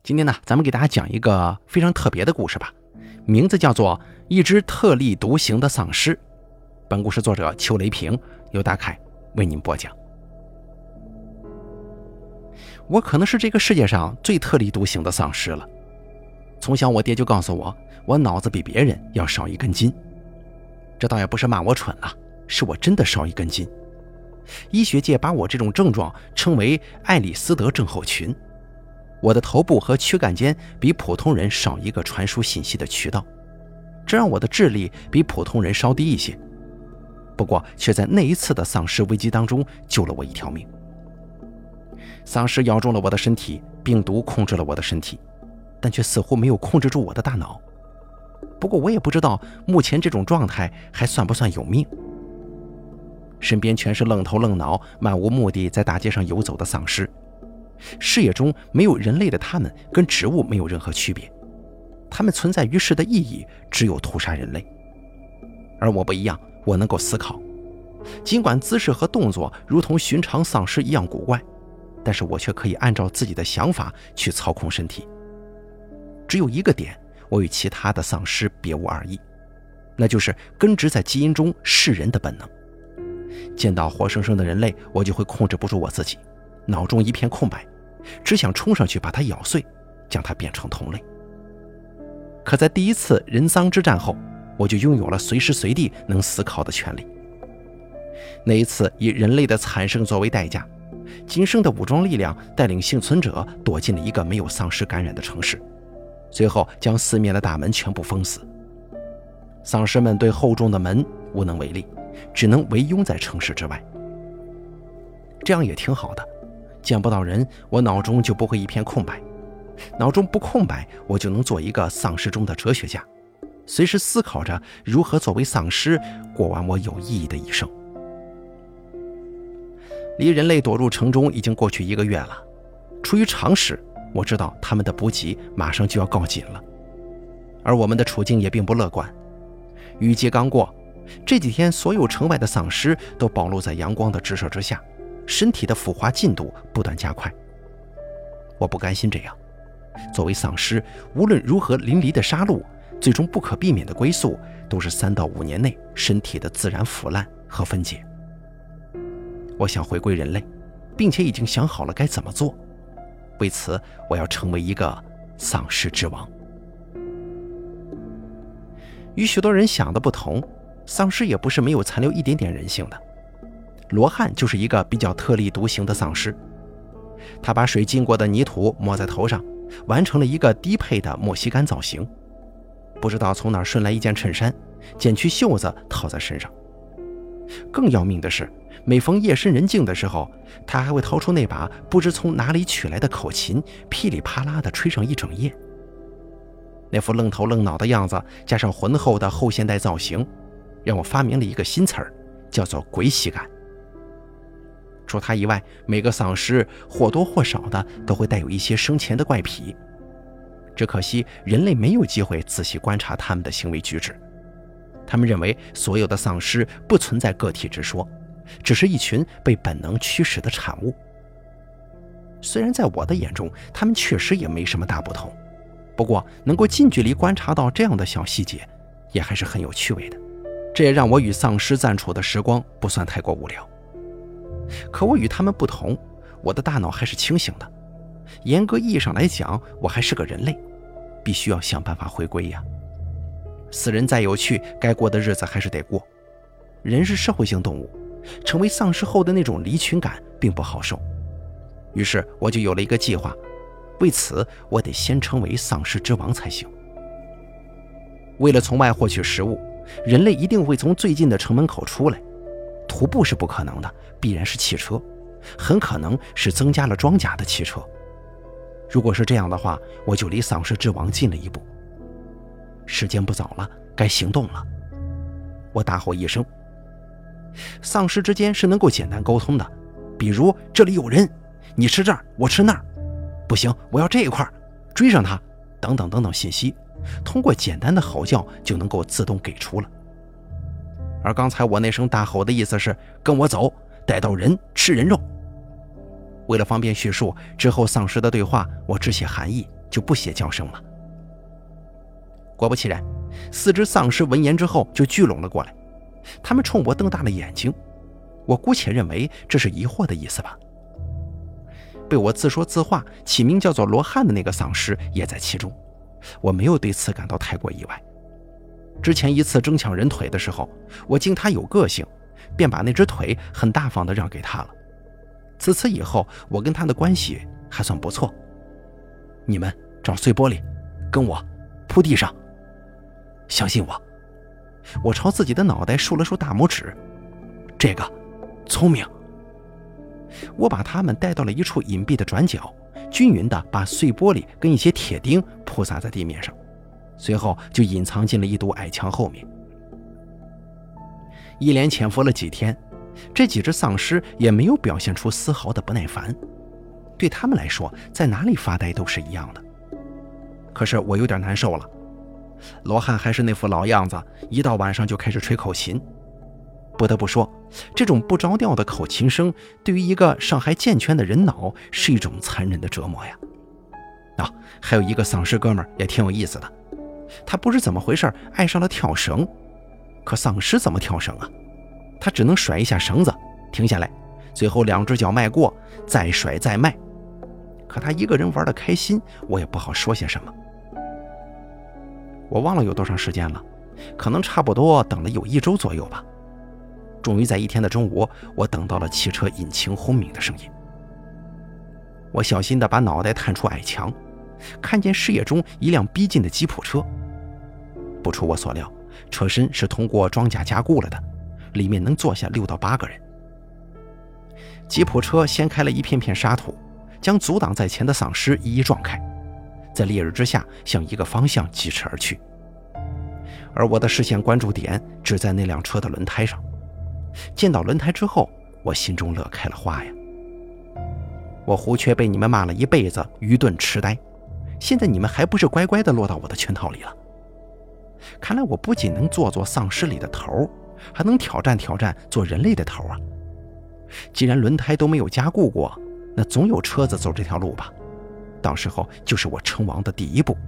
今天呢，咱们给大家讲一个非常特别的故事吧，名字叫做一只特立独行的丧尸。本故事作者邱雷平，由大凯为您播讲。我可能是这个世界上最特立独行的丧尸了。从小我爹就告诉我，我脑子比别人要少一根筋。这倒也不是骂我蠢了，是我真的少一根筋。医学界把我这种症状称为艾里斯德症候群。我的头部和躯干间比普通人少一个传输信息的渠道，这让我的智力比普通人稍低一些。不过却在那一次的丧尸危机当中救了我一条命。丧尸咬中了我的身体，病毒控制了我的身体，但却似乎没有控制住我的大脑。不过我也不知道目前这种状态还算不算有命。身边全是愣头愣脑、漫无目的在大街上游走的丧尸，视野中没有人类的他们跟植物没有任何区别，他们存在于世的意义只有屠杀人类。而我不一样，我能够思考，尽管姿势和动作如同寻常丧尸一样古怪，但是我却可以按照自己的想法去操控身体。只有一个点，我与其他的丧尸别无二异，那就是根植在基因中噬人的本能。见到活生生的人类，我就会控制不住我自己，脑中一片空白，只想冲上去把它咬碎，将它变成同类。可在第一次人丧之战后，我就拥有了随时随地能思考的权利。那一次以人类的惨生作为代价，仅剩的武装力量带领幸存者躲进了一个没有丧尸感染的城市，随后将四面的大门全部封死。丧尸们对厚重的门无能为力，只能围拥在城市之外。这样也挺好的，见不到人，我脑中就不会一片空白。脑中不空白，我就能做一个丧尸中的哲学家，随时思考着如何作为丧尸过完我有意义的一生。离人类躲入城中已经过去1个月了，出于常识，我知道他们的补给马上就要告紧了，而我们的处境也并不乐观。雨季刚过，这几天所有城外的丧尸都暴露在阳光的直射之下，身体的腐化进度不断加快。我不甘心这样，作为丧尸，无论如何淋漓的杀戮，最终不可避免的归宿都是3到5年内身体的自然腐烂和分解。我想回归人类，并且已经想好了该怎么做。为此，我要成为一个丧尸之王。与许多人想的不同，丧尸也不是没有残留一点点人性的。罗汉就是一个比较特立独行的丧尸，他把水浸过的泥土抹在头上，完成了一个低配的莫西干造型。不知道从哪儿顺来一件衬衫，剪去袖子套在身上。更要命的是，每逢夜深人静的时候，他还会掏出那把不知从哪里取来的口琴，噼里啪啦地吹上一整夜。那副愣头愣脑的样子，加上浑厚的后现代造型，让我发明了一个新词儿，叫做鬼喜感。除他以外，每个丧尸或多或少的都会带有一些生前的怪癖，只可惜人类没有机会仔细观察他们的行为举止。他们认为所有的丧尸不存在个体之说，只是一群被本能驱使的产物。虽然在我的眼中，他们确实也没什么大不同，不过能够近距离观察到这样的小细节，也还是很有趣味的。这也让我与丧尸暂处的时光不算太过无聊。可我与他们不同，我的大脑还是清醒的。严格意义上来讲，我还是个人类，必须要想办法回归呀。死人再有趣，该过的日子还是得过。人是社会性动物，成为丧尸后的那种离群感并不好受。于是我就有了一个计划，为此我得先成为丧尸之王才行。为了从外获取食物，人类一定会从最近的城门口出来，徒步是不可能的，必然是汽车，很可能是增加了装甲的汽车。如果是这样的话，我就离丧尸之王近了一步。时间不早了，该行动了。我大吼一声。丧尸之间是能够简单沟通的，比如这里有人，你吃这儿，我吃那儿，不行，我要这一块，追上他，等等等等信息，通过简单的吼叫就能够自动给出了。而刚才我那声大吼的意思是跟我走，逮到人吃人肉。为了方便叙述之后丧尸的对话，我只写含义， 就不写叫声了。果不其然，4只丧尸闻言之后就聚拢了过来，他们冲我瞪大了眼睛，我姑且认为这是疑惑的意思吧。被我自说自话起名叫做罗汉的那个丧尸也在其中，我没有对此感到太过意外。之前一次争抢人腿的时候，我敬他有个性，便把那只腿很大方地让给他了。自此以后，我跟他的关系还算不错。你们找碎玻璃，跟我铺地上，相信我。我朝自己的脑袋竖了竖大拇指，这个聪明。我把他们带到了一处隐蔽的转角，均匀地把碎玻璃跟一些铁钉铺撒在地面上，随后就隐藏进了一堵矮墙后面。一连潜伏了几天，这几只丧尸也没有表现出丝毫的不耐烦，对他们来说，在哪里发呆都是一样的。可是我有点难受了，罗汉还是那副老样子，一到晚上就开始吹口琴。不得不说，这种不着调的口琴声对于一个尚还健全的人脑是一种残忍的折磨呀。还有一个丧尸哥们儿也挺有意思的，他不知怎么回事爱上了跳绳。可丧尸怎么跳绳啊？他只能甩一下绳子停下来，随后2只脚迈过，再甩再迈。可他一个人玩得开心，我也不好说些什么。我忘了有多长时间了，可能差不多等了有1周左右吧。终于在一天的中午，我等到了汽车引擎轰鸣的声音。我小心地把脑袋探出矮墙，看见视野中一辆逼近的吉普车。不出我所料，车身是通过装甲加固了的，里面能坐下6到8个人。吉普车掀开了一片片沙土，将阻挡在前的丧尸一一撞开，在烈日之下向一个方向疾驰而去。而我的视线关注点只在那辆车的轮胎上。见到轮胎之后，我心中乐开了花呀。我胡缺被你们骂了一辈子愚钝痴呆，现在你们还不是乖乖地落到我的圈套里了？看来我不仅能做丧尸里的头，还能挑战做人类的头啊。既然轮胎都没有加固过，那总有车子走这条路吧，到时候就是我称王的第一步。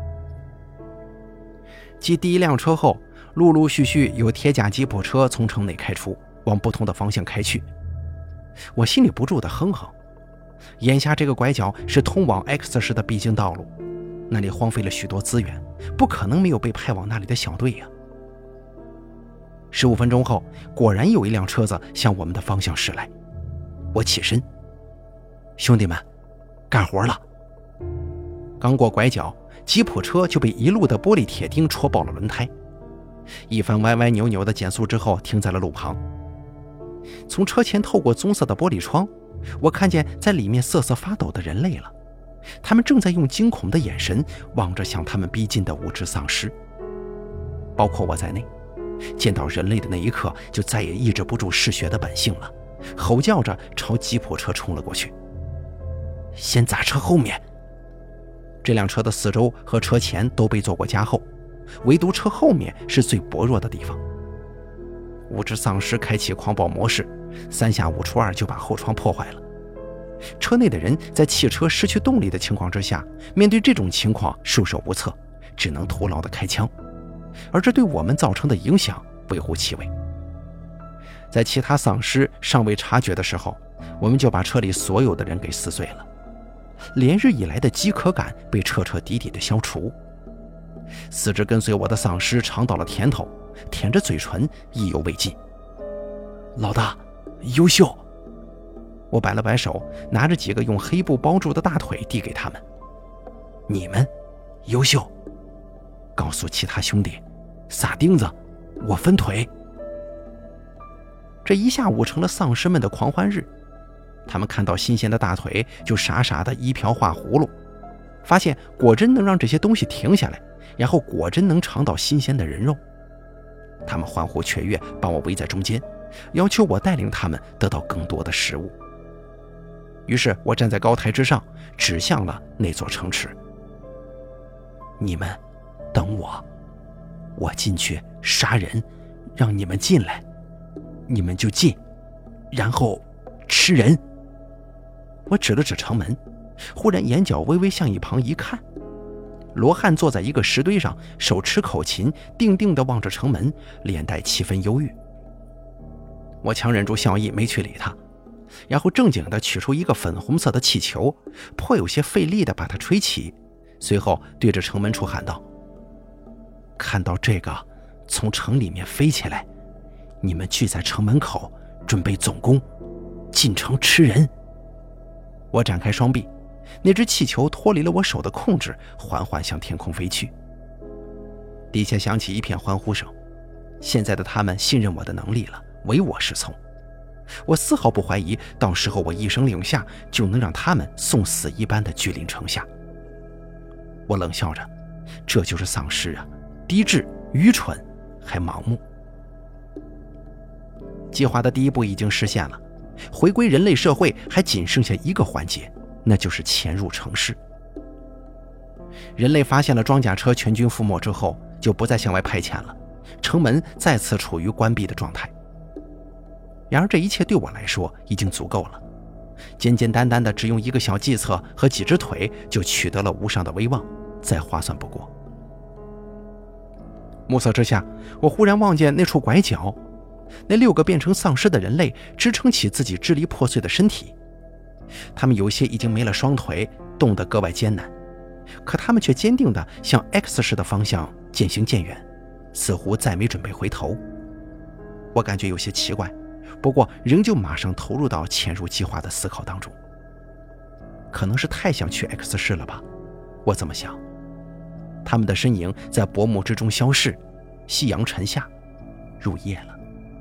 继第1辆车后，陆陆续续有铁甲吉普车从城内开出，往不同的方向开去。我心里不住地哼哼，眼下这个拐角是通往 X 市的必经道路，那里荒废了许多资源，不可能没有被派往那里的小队呀。15分钟后，果然有一辆车子向我们的方向驶来。我起身，兄弟们，干活了。刚过拐角，吉普车就被一路的玻璃铁钉戳爆了轮胎，一番歪歪扭扭的减速之后停在了路旁。从车前透过棕色的玻璃窗，我看见在里面瑟瑟发抖的人类了，他们正在用惊恐的眼神望着向他们逼近的5只丧尸。包括我在内，见到人类的那一刻就再也抑制不住嗜血的本性了，吼叫着朝吉普车冲了过去。先砸车后面。这辆车的4周和车前都被做过加厚，唯独车后面是最薄弱的地方。5只丧尸开启狂暴模式，3下5除2就把后窗破坏了。车内的人在汽车失去动力的情况之下，面对这种情况束手无策，只能徒劳地开枪，而这对我们造成的影响微乎其微。在其他丧尸尚未察觉的时候，我们就把车里所有的人给撕碎了，连日以来的饥渴感被彻彻底底的消除。4只跟随我的丧尸尝到了甜头，舔着嘴唇意犹未尽。老大，优秀！我摆了摆手，拿着几个用黑布包住的大腿递给他们。你们优秀，告诉其他兄弟，撒钉子，我分腿。这一下午成了丧尸们的狂欢日，他们看到新鲜的大腿就傻傻的一瓢画葫芦，发现果真能让这些东西停下来，然后果真能尝到新鲜的人肉。他们欢呼雀跃，把我围在中间，要求我带领他们得到更多的食物。于是我站在高台之上，指向了那座城池。你们等我，我进去杀人，让你们进来，你们就进，然后吃人。我指了指城门，忽然眼角微微向一旁一看， 罗汉坐在一个石堆上，手持口琴，定定地望着城门，脸带气氛忧郁。我强忍住笑意，没去理他，然后正经地取出一个粉红色的气球，颇有些费力地把它吹起，随后对着城门处喊道：看到这个从城里面飞起来，你们聚在城门口，准备总攻，进城吃人。我展开双臂，那只气球脱离了我手的控制，缓缓向天空飞去。底下响起一片欢呼声，现在的他们信任我的能力了，唯我是从。我丝毫不怀疑，到时候我一声令下，就能让他们送死一般的君临城下。我冷笑着，这就是丧尸啊，低智、愚蠢，还盲目。计划的第一步已经实现了，回归人类社会还仅剩下一个环节，那就是潜入城市。人类发现了装甲车全军覆没之后，就不再向外派遣了，城门再次处于关闭的状态。然而这一切对我来说已经足够了，简简单单的只用一个小计策和几只腿就取得了无上的威望，再划算不过。目色之下，我忽然望见那处拐角，那6个变成丧尸的人类支撑起自己支离破碎的身体，他们有些已经没了双腿，动得格外艰难，可他们却坚定地向 X 市的方向渐行渐远，似乎再没准备回头。我感觉有些奇怪，不过仍旧马上投入到潜入计划的思考当中。可能是太想去 X 市了吧，我这么想。他们的身影在薄暮之中消逝，夕阳沉下，入夜了。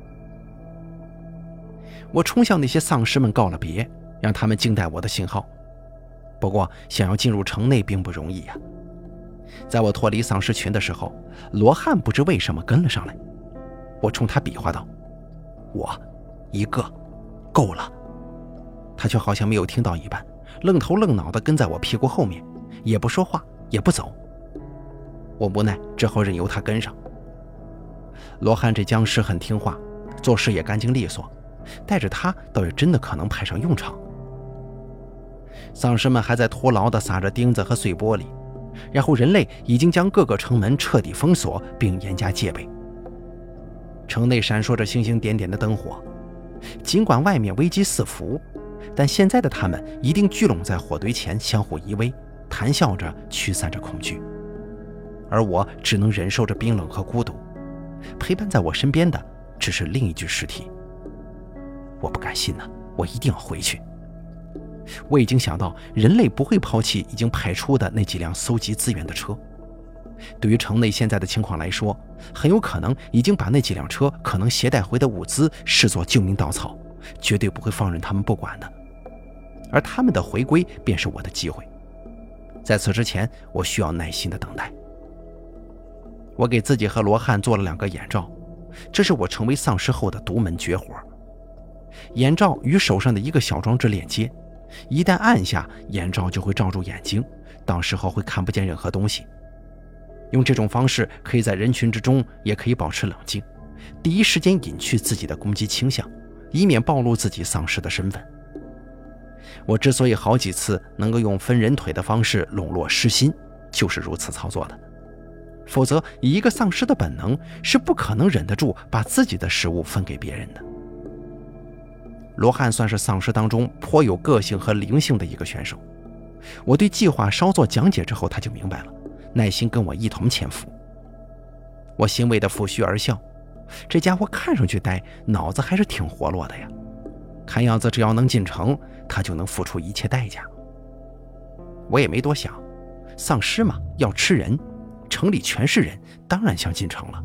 我冲向那些丧尸们告了别，让他们静待我的信号。不过想要进入城内并不容易呀。在我脱离丧尸群的时候，罗汉不知为什么跟了上来。我冲他比划道：我一个够了。他却好像没有听到一般，愣头愣脑地跟在我屁股后面，也不说话，也不走。我无奈，只好任由他跟上。罗汉这僵尸很听话，做事也干净利索，带着他倒也真的可能派上用场。丧尸们还在徒劳地撒着钉子和碎玻璃，然后人类已经将各个城门彻底封锁并严加戒备。城内闪烁着星星点点的灯火，尽管外面危机四伏，但现在的他们一定聚拢在火堆前相互依偎，谈笑着驱散着恐惧。而我只能忍受着冰冷和孤独，陪伴在我身边的只是另一具尸体。我不敢信呐，我一定要回去。我已经想到人类不会抛弃已经派出的那几辆搜集资源的车，对于城内现在的情况来说，很有可能已经把那几辆车可能携带回的物资视作救命稻草，绝对不会放任他们不管的。而他们的回归便是我的机会，在此之前，我需要耐心的等待。我给自己和罗汉做了2个眼罩，这是我成为丧尸后的独门绝活。眼罩与手上的一个小装置链接，一旦按下，眼罩就会罩住眼睛，到时候会看不见任何东西。用这种方式可以在人群之中也可以保持冷静，第一时间隐去自己的攻击倾向，以免暴露自己丧尸的身份。我之所以好几次能够用分人腿的方式笼络尸心，就是如此操作的。否则以一个丧尸的本能是不可能忍得住把自己的食物分给别人的。罗汉算是丧尸当中颇有个性和灵性的一个选手，我对计划稍作讲解之后，他就明白了，耐心跟我一同潜伏。我欣慰地抚须而笑，这家伙看上去呆，脑子还是挺活络的呀，看样子只要能进城，他就能付出一切代价。我也没多想，丧尸嘛，要吃人，城里全是人，当然想进城了。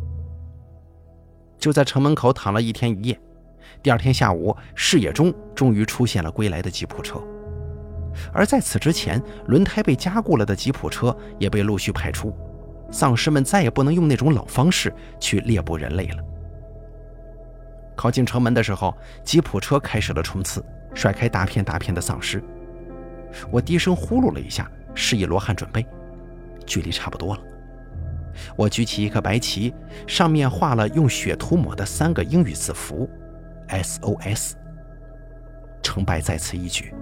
就在城门口躺了1天1夜，第2天下午，视野中终于出现了归来的吉普车。而在此之前，轮胎被加固了的吉普车也被陆续派出，丧尸们再也不能用那种老方式去猎捕人类了。靠近城门的时候，吉普车开始了冲刺，甩开大片大片的丧尸。我低声呼噜了一下，示意罗汉准备，距离差不多了。我举起一颗白旗，上面画了用血涂抹的3个英语字符 SOS。成败在此一举，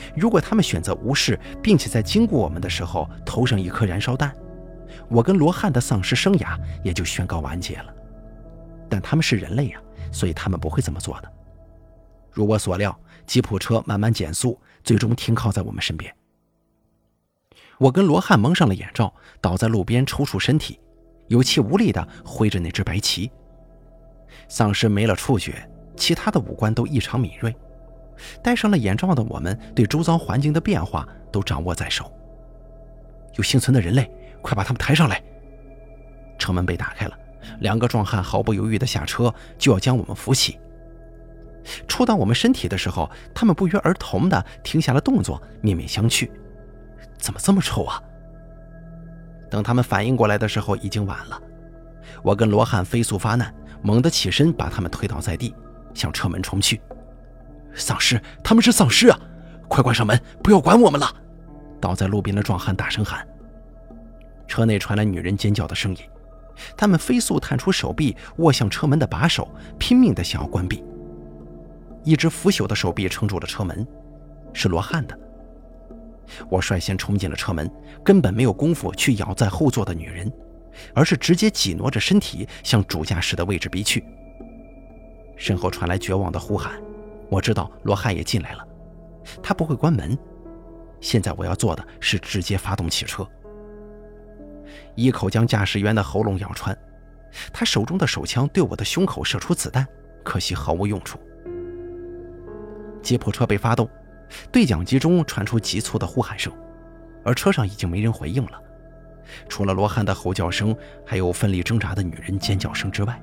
如果他们选择无视，并且在经过我们的时候投上一颗燃烧弹，我跟罗汉的丧尸生涯也就宣告完结了。但他们是人类呀，所以他们不会这么做的。如我所料，吉普车慢慢减速，最终停靠在我们身边。我跟罗汉蒙上了眼罩，倒在路边抽搐身体，有气无力地挥着那只白旗。丧尸没了触觉，其他的五官都异常敏锐。戴上了眼罩的我们对周遭环境的变化都掌握在手。有幸存的人类，快把他们抬上来！车门被打开了，2个壮汉毫不犹豫地下车，就要将我们扶起。触到我们身体的时候，他们不约而同地停下了动作，面面相觑。怎么这么臭啊？等他们反应过来的时候，已经晚了。我跟罗汉飞速发难，猛地起身把他们推倒在地，向车门冲去。丧尸，他们是丧尸啊！快关上门，不要管我们了！倒在路边的壮汉大声喊。车内传来女人尖叫的声音，他们飞速探出手臂，握向车门的把手，拼命地想要关闭。一只腐朽的手臂撑住了车门，是罗汉的。我率先冲进了车门，根本没有功夫去咬在后座的女人，而是直接挤挪着身体向主驾驶的位置逼去。身后传来绝望的呼喊，我知道罗汉也进来了，他不会关门。现在我要做的是直接发动汽车，一口将驾驶员的喉咙咬穿。他手中的手枪对我的胸口射出子弹，可惜毫无用处。吉普车被发动，对讲机中传出急促的呼喊声，而车上已经没人回应了，除了罗汉的吼叫声，还有奋力挣扎的女人尖叫声之外。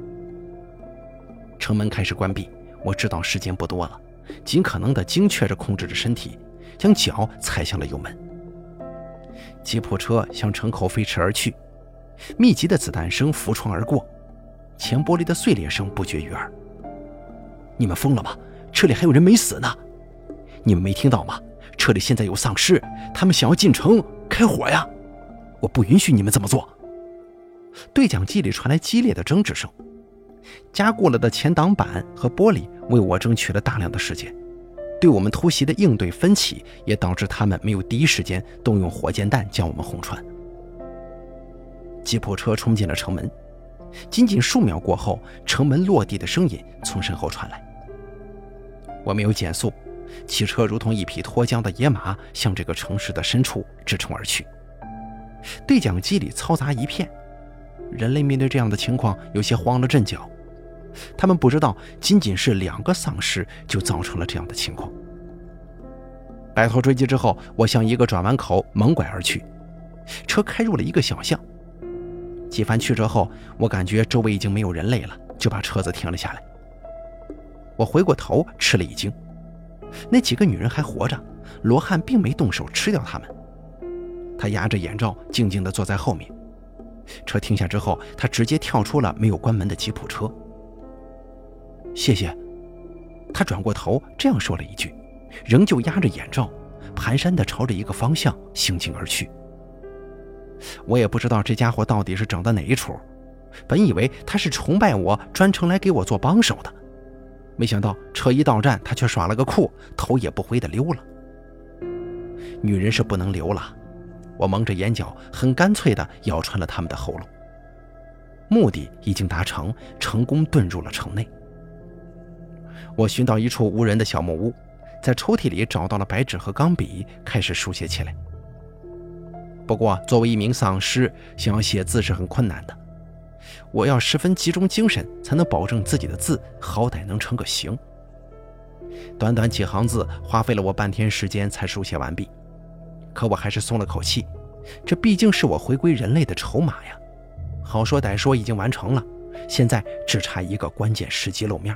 车门开始关闭，我知道时间不多了，尽可能的精确地控制着身体，将脚踩向了油门。吉普车向城口飞驰而去，密集的子弹声拂窗而过，前玻璃的碎裂声不绝于耳。你们疯了吗？车里还有人没死呢！你们没听到吗？车里现在有丧尸，他们想要进城开火呀！我不允许你们这么做！对讲机里传来激烈的争执声，加固了的前挡板和玻璃为我争取了大量的时间，对我们突袭的应对分歧也导致他们没有第一时间动用火箭弹将我们轰穿。吉普车冲进了城门，仅仅数秒过后，城门落地的声音从身后传来。我没有减速，汽车如同一匹脱缰的野马向这个城市的深处直冲而去。对讲机里嘈杂一片，人类面对这样的情况有些慌了阵脚，他们不知道仅仅是2个丧尸就造成了这样的情况。摆脱追击之后，我向一个转弯口猛拐而去，车开入了一个小巷。几番曲折后，我感觉周围已经没有人类了，就把车子停了下来。我回过头吃了一惊，那几个女人还活着，罗汉并没动手吃掉她们。他压着眼罩静静地坐在后面，车停下之后，他直接跳出了没有关门的吉普车。谢谢。他转过头这样说了一句，仍旧压着眼罩，蹒跚地朝着一个方向行进而去。我也不知道这家伙到底是整的哪一出，本以为他是崇拜我，专程来给我做帮手的，没想到车一到站，他却耍了个酷，头也不回地溜了。女人是不能留了，我蒙着眼角，很干脆地咬穿了他们的喉咙。目的已经达成，成功遁入了城内。我寻到一处无人的小木屋，在抽屉里找到了白纸和钢笔，开始书写起来。不过作为一名丧尸，想要写字是很困难的，我要十分集中精神，才能保证自己的字好歹能成个形。短短几行字，花费了我半天时间才书写完毕，可我还是松了口气，这毕竟是我回归人类的筹码呀。好说歹说已经完成了，现在只差一个关键时机露面。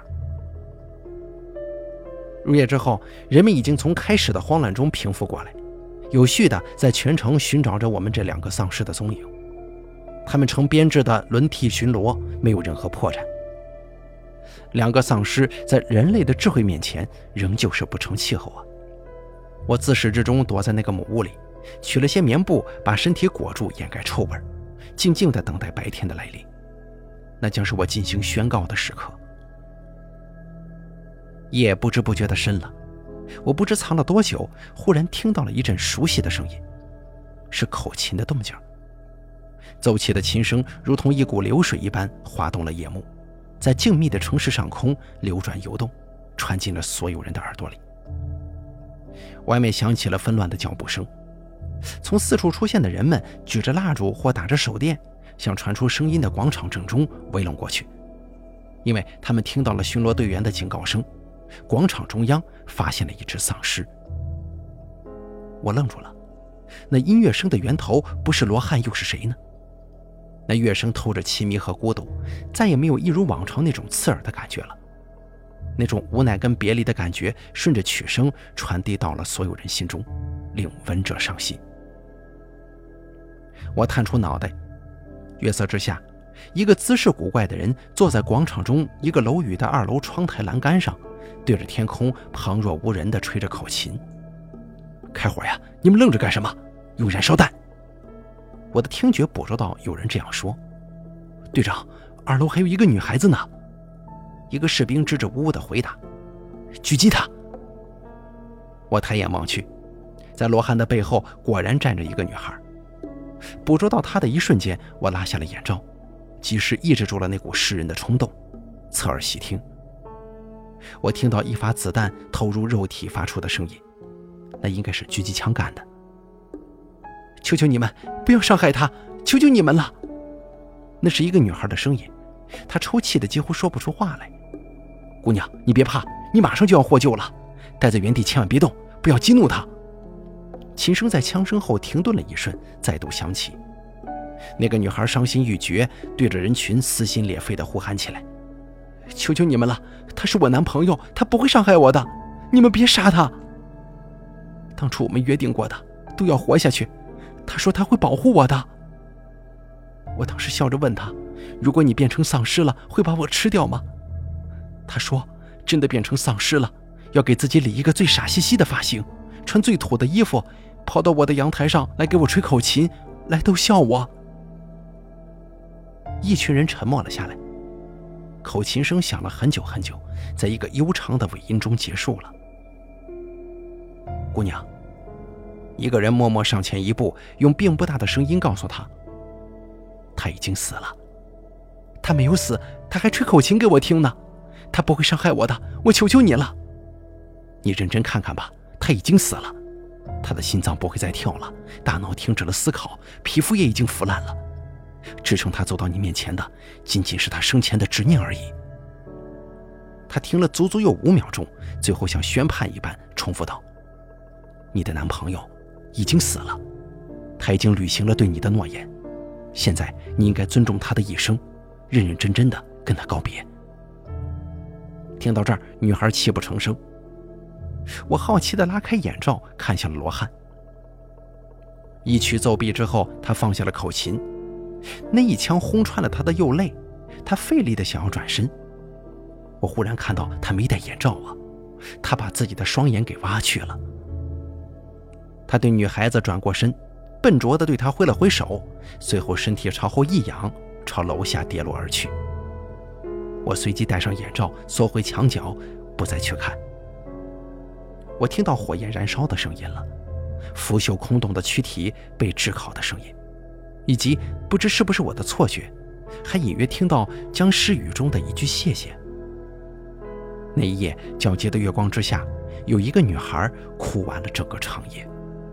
入夜之后，人们已经从开始的慌乱中平复过来，有序地在全城寻找着我们这2个丧尸的踪影。他们成编制的轮替巡逻，没有任何破绽。2个丧尸在人类的智慧面前仍旧是不成气候啊！我自始至终躲在那个木屋里，取了些棉布把身体裹住，掩盖臭味，静静地等待白天的来临。那将是我进行宣告的时刻。夜不知不觉地深了， 我不知藏了多久，忽然听到了一阵熟悉的声音，是口琴的动静。奏起的琴声如同一股流水一般滑动了夜幕，在静谧的城市上空流转游动，传进了所有人的耳朵里。外面响起了纷乱的脚步声，从四处出现的人们举着蜡烛或打着手电，向传出声音的广场正中围拢过去，因为他们听到了巡逻队员的警告声，广场中央发现了一只丧尸。我愣住了，那音乐声的源头不是罗汉又是谁呢？那乐声透着凄迷和孤独，再也没有一如往常那种刺耳的感觉了。那种无奈跟别离的感觉顺着曲声传递到了所有人心中，令闻者伤心。我探出脑袋，月色之下，一个姿势古怪的人坐在广场中一个楼宇的2楼窗台栏杆上，对着天空旁若无人地吹着口琴。开火呀，你们愣着干什么？用燃烧弹！我的听觉捕捉到有人这样说。队长，2楼还有一个女孩子呢。一个士兵支支吾吾地回答。狙击她！我抬眼望去，在罗汉的背后果然站着一个女孩。捕捉到她的一瞬间，我拉下了眼罩，及时抑制住了那股噬人的冲动，侧耳细听。我听到一发子弹投入肉体发出的声音，那应该是狙击枪干的。求求你们不要伤害她，求求你们了！那是一个女孩的声音，她抽泣的几乎说不出话来。姑娘，你别怕，你马上就要获救了，待在原地千万别动，不要激怒她。琴声在枪声后停顿了一瞬，再度响起。那个女孩伤心欲绝，对着人群撕心裂肺地呼喊起来：求求你们了，他是我男朋友，他不会伤害我的，你们别杀他。当初我们约定过的，都要活下去，他说他会保护我的。我当时笑着问他，如果你变成丧尸了，会把我吃掉吗？他说真的变成丧尸了，要给自己理一个最傻兮兮的发型，穿最土的衣服，跑到我的阳台上来给我吹口琴，来逗笑我。一群人沉默了下来，口琴声响了很久很久，在一个悠长的尾音中结束了。姑娘，一个人默默上前一步，用并不大的声音告诉她，他已经死了。他没有死，他还吹口琴给我听呢，他不会伤害我的，我求求你了。你认真看看吧，他已经死了，他的心脏不会再跳了，大脑停止了思考，皮肤也已经腐烂了，支撑他走到你面前的仅仅是他生前的执念而已。他停了足足有5秒钟，最后像宣判一般重复道，你的男朋友已经死了，他已经履行了对你的诺言，现在你应该尊重他的一生，认认真真的跟他告别。听到这儿，女孩泣不成声。我好奇地拉开眼罩，看向了罗汉。一曲奏毕之后，他放下了口琴，那一枪轰穿了他的右肋，他费力地想要转身。我忽然看到他没戴眼罩啊，他把自己的双眼给挖去了。他对女孩子转过身，笨拙地对她挥了挥手，随后身体朝后一仰，朝楼下跌落而去。我随即戴上眼罩，缩回墙角，不再去看。我听到火焰燃烧的声音了，腐朽空洞的躯体被炙烤的声音，以及不知是不是我的错觉，还隐约听到僵尸语中的一句谢谢。那一夜皎洁的月光之下，有一个女孩哭完了整个长夜。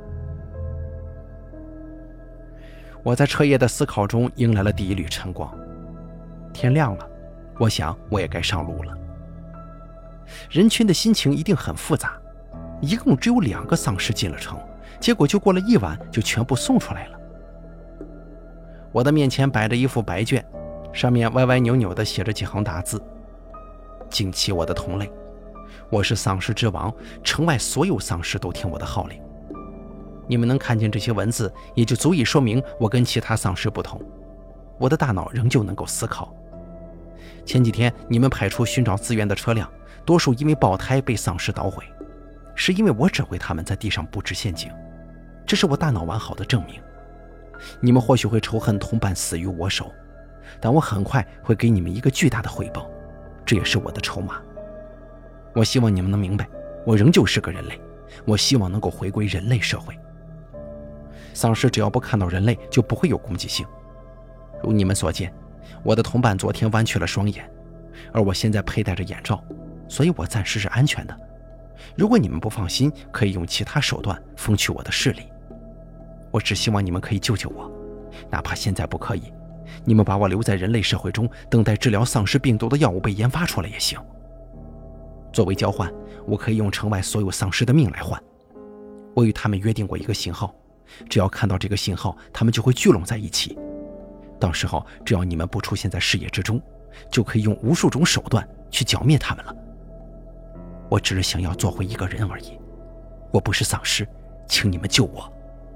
我在彻夜的思考中迎来了第一缕晨光。天亮了，我想我也该上路了。人群的心情一定很复杂，一共只有2个丧尸进了城，结果就过了1晚就全部送出来了。我的面前摆着一副白卷，上面歪歪扭扭地写着几行大字：惊奇我的同类，我是丧尸之王，城外所有丧尸都听我的号令。你们能看见这些文字，也就足以说明我跟其他丧尸不同，我的大脑仍旧能够思考。前几天你们派出寻找资源的车辆，多数因为爆胎被丧尸捣毁，是因为我指挥他们在地上布置陷阱，这是我大脑完好的证明。你们或许会仇恨同伴死于我手，但我很快会给你们一个巨大的回报，这也是我的筹码。我希望你们能明白， 我仍旧是个人类，我希望能够回归人类社会。丧尸只要不看到人类，就不会有攻击性。如你们所见，我的同伴昨天弯曲了双眼，而我现在佩戴着眼罩，所以我暂时是安全的。如果你们不放心，可以用其他手段封去我的视力。我只希望你们可以救救我，哪怕现在不可以，你们把我留在人类社会中，等待治疗丧尸病毒的药物被研发出来也行。作为交换，我可以用城外所有丧尸的命来换。我与他们约定过一个信号，只要看到这个信号，他们就会聚拢在一起。到时候只要你们不出现在视野之中，就可以用无数种手段去剿灭他们了。我只是想要做回一个人而已，我不是丧尸，请你们救我。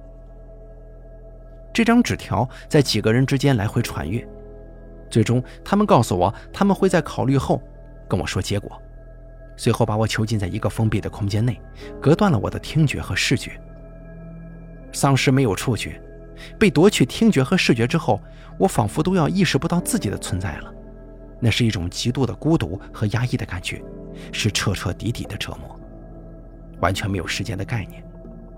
这张纸条在几个人之间来回传阅，最终他们告诉我他们会在考虑后跟我说结果，随后把我囚禁在一个封闭的空间内，隔断了我的听觉和视觉。丧尸没有触觉，被夺去听觉和视觉之后，我仿佛都要意识不到自己的存在了。那是一种极度的孤独和压抑的感觉，是彻彻底底的折磨，完全没有时间的概念。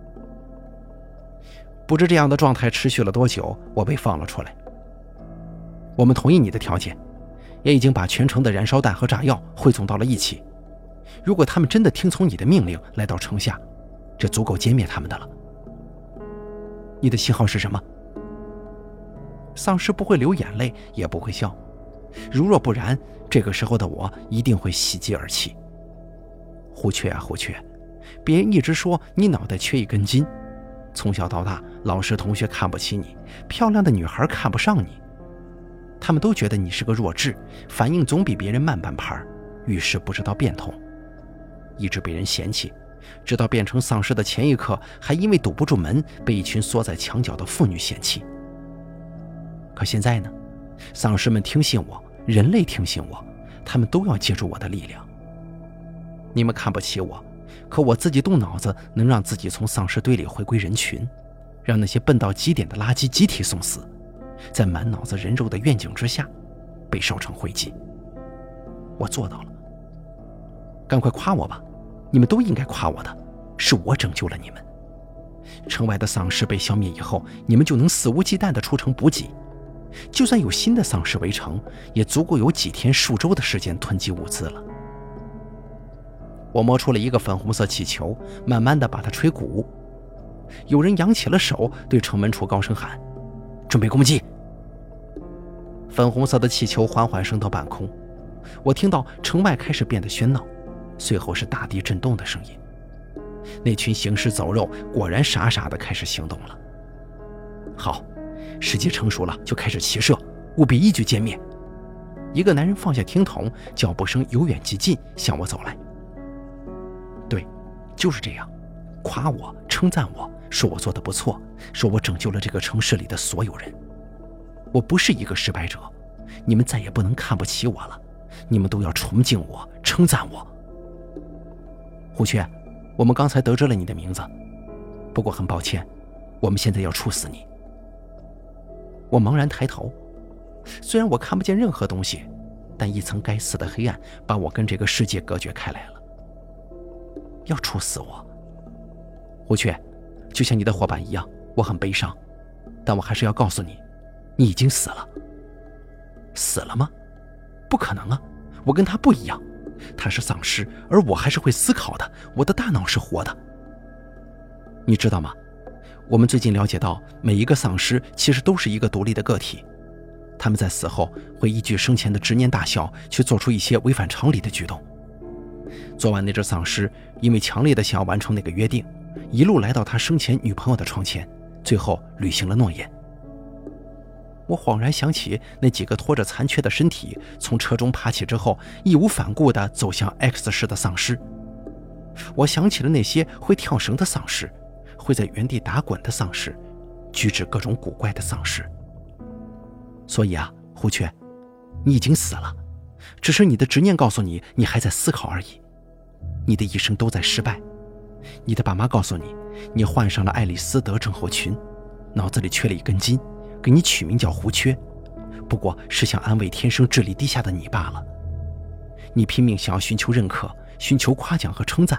不知这样的状态持续了多久，我被放了出来。我们同意你的条件，也已经把全城的燃烧弹和炸药汇总到了一起。如果他们真的听从你的命令来到城下，这足够歼灭他们的了。你的信号是什么？丧尸不会流眼泪，也不会笑。如若不然，这个时候的我一定会喜极而泣。胡雀啊胡雀，别人一直说你脑袋缺一根筋，从小到大，老师同学看不起你，漂亮的女孩看不上你，他们都觉得你是个弱智，反应总比别人慢半拍，遇事不知道变通，一直被人嫌弃，直到变成丧尸的前一刻，还因为堵不住门，被一群缩在墙角的妇女嫌弃。可现在呢？丧尸们听信我，人类听信我，他们都要借助我的力量。你们看不起我，可我自己动脑子，能让自己从丧尸堆里回归人群，让那些笨到极点的垃圾集体送死，在满脑子人肉的愿景之下被烧成灰烬。我做到了，赶快夸我吧，你们都应该夸我的，是我拯救了你们。城外的丧尸被消灭以后，你们就能肆无忌惮地出城补给，就算有新的丧尸围城，也足够有几天数周的时间囤积物资了。我摸出了一个粉红色气球，慢慢地把它吹鼓。有人扬起了手，对城门处高声喊：准备攻击！粉红色的气球缓缓升到半空，我听到城外开始变得喧闹，随后是大地震动的声音。那群行尸走肉果然傻傻地开始行动了。好，时机成熟了，就开始齐射，务必一举歼灭。一个男人放下听筒，脚步声由远及近向我走来。对，就是这样，夸我，称赞我，说我做得不错，说我拯救了这个城市里的所有人。我不是一个失败者，你们再也不能看不起我了，你们都要崇敬我，称赞我。胡雀，我们刚才得知了你的名字，不过很抱歉，我们现在要处死你。我茫然抬头，虽然我看不见任何东西，但一层该死的黑暗把我跟这个世界隔绝开来了。要处死我？胡雀，就像你的伙伴一样，我很悲伤，但我还是要告诉你，你已经死了。死了吗？不可能啊，我跟他不一样，他是丧尸，而我还是会思考的，我的大脑是活的。你知道吗？我们最近了解到，每一个丧尸其实都是一个独立的个体，他们在死后会依据生前的执念大小去做出一些违反常理的举动。昨晚那只丧尸因为强烈的想要完成那个约定，一路来到他生前女朋友的床前，最后履行了诺言。我恍然想起那几个拖着残缺的身体从车中爬起之后，义无反顾地走向 X 市的丧尸。我想起了那些会跳绳的丧尸，会在原地打滚的丧尸，举止各种古怪的丧尸。所以啊，胡雀，你已经死了，只是你的执念告诉你，你还在思考而已。你的一生都在失败。你的爸妈告诉你，你患上了爱丽丝德症候群，脑子里缺了一根筋，给你取名叫胡缺，不过是想安慰天生智力低下的你罢了。你拼命想要寻求认可，寻求夸奖和称赞，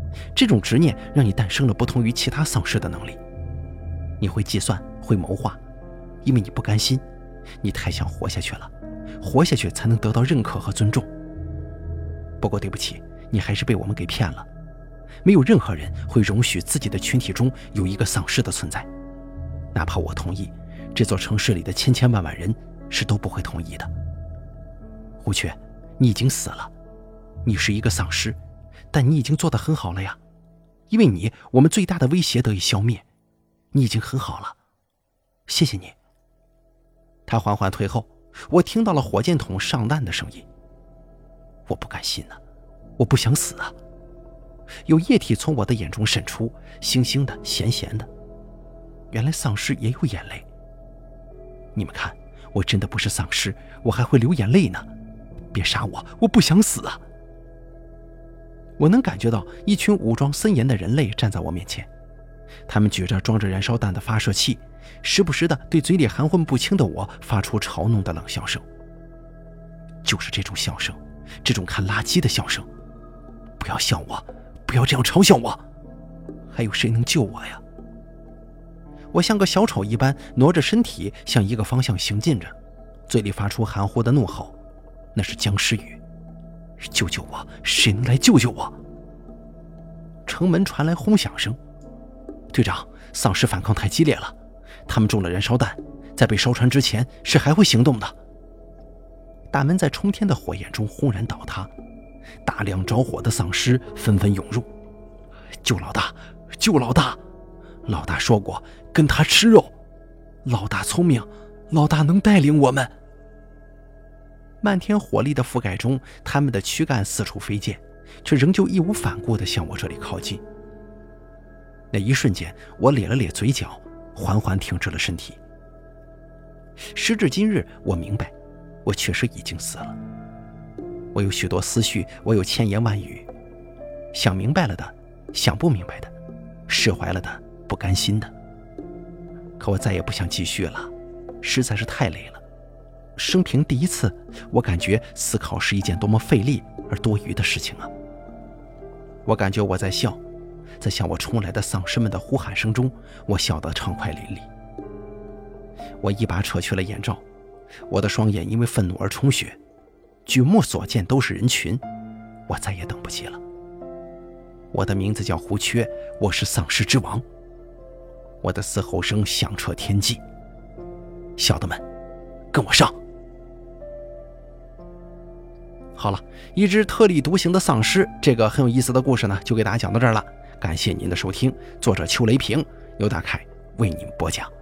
这种执念让你诞生了不同于其他丧尸的能力。你会计算，会谋划，因为你不甘心，你太想活下去了，活下去才能得到认可和尊重。不过对不起，你还是被我们给骗了。没有任何人会容许自己的群体中有一个丧尸的存在，哪怕我同意，这座城市里的千千万万人是都不会同意的。胡雀，你已经死了，你是一个丧尸，但你已经做得很好了呀，因为你，我们最大的威胁得以消灭，你已经很好了，谢谢你。他缓缓退后，我听到了火箭筒上弹的声音。我不甘心啊，我不想死啊。有液体从我的眼中渗出，腥腥的，咸咸的。原来丧尸也有眼泪。你们看，我真的不是丧尸，我还会流眼泪呢。别杀我，我不想死啊。我能感觉到一群武装森严的人类站在我面前，他们举着装着燃烧弹的发射器，时不时地对嘴里含混不清的我发出嘲弄的冷笑声。就是这种笑声，这种看垃圾的笑声。不要笑我，不要这样嘲笑我，还有谁能救我呀？我像个小丑一般挪着身体向一个方向行进着，嘴里发出含糊的怒吼，那是僵尸语。救救我，谁能来救救我？城门传来轰响声。队长，丧尸反抗太激烈了，他们中了燃烧弹，在被烧穿之前是还会行动的。大门在冲天的火焰中轰然倒塌，大量着火的丧尸纷纷涌入。救老大，救老大！老大说过跟他吃肉，老大聪明，老大能带领我们。漫天火力的覆盖中，他们的躯干四处飞溅，却仍旧义无反顾地向我这里靠近。那一瞬间，我咧了咧嘴角，缓缓挺直了身体。时至今日，我明白，我确实已经死了。我有许多思绪，我有千言万语，想明白了的，想不明白的，释怀了的，不甘心的。可我再也不想继续了，实在是太累了。生平第一次，我感觉思考是一件多么费力而多余的事情啊！我感觉我在笑，在向我冲来的丧尸们的呼喊声中，我笑得畅快淋漓。我一把扯去了眼罩，我的双眼因为愤怒而充血，举目所见都是人群，我再也等不及了。我的名字叫胡缺，我是丧尸之王。我的嘶吼声响彻天际，小的们，跟我上！好了，一只特立独行的丧尸，这个很有意思的故事呢，就给大家讲到这儿了。感谢您的收听，作者邱雷平，由大凯为您播讲。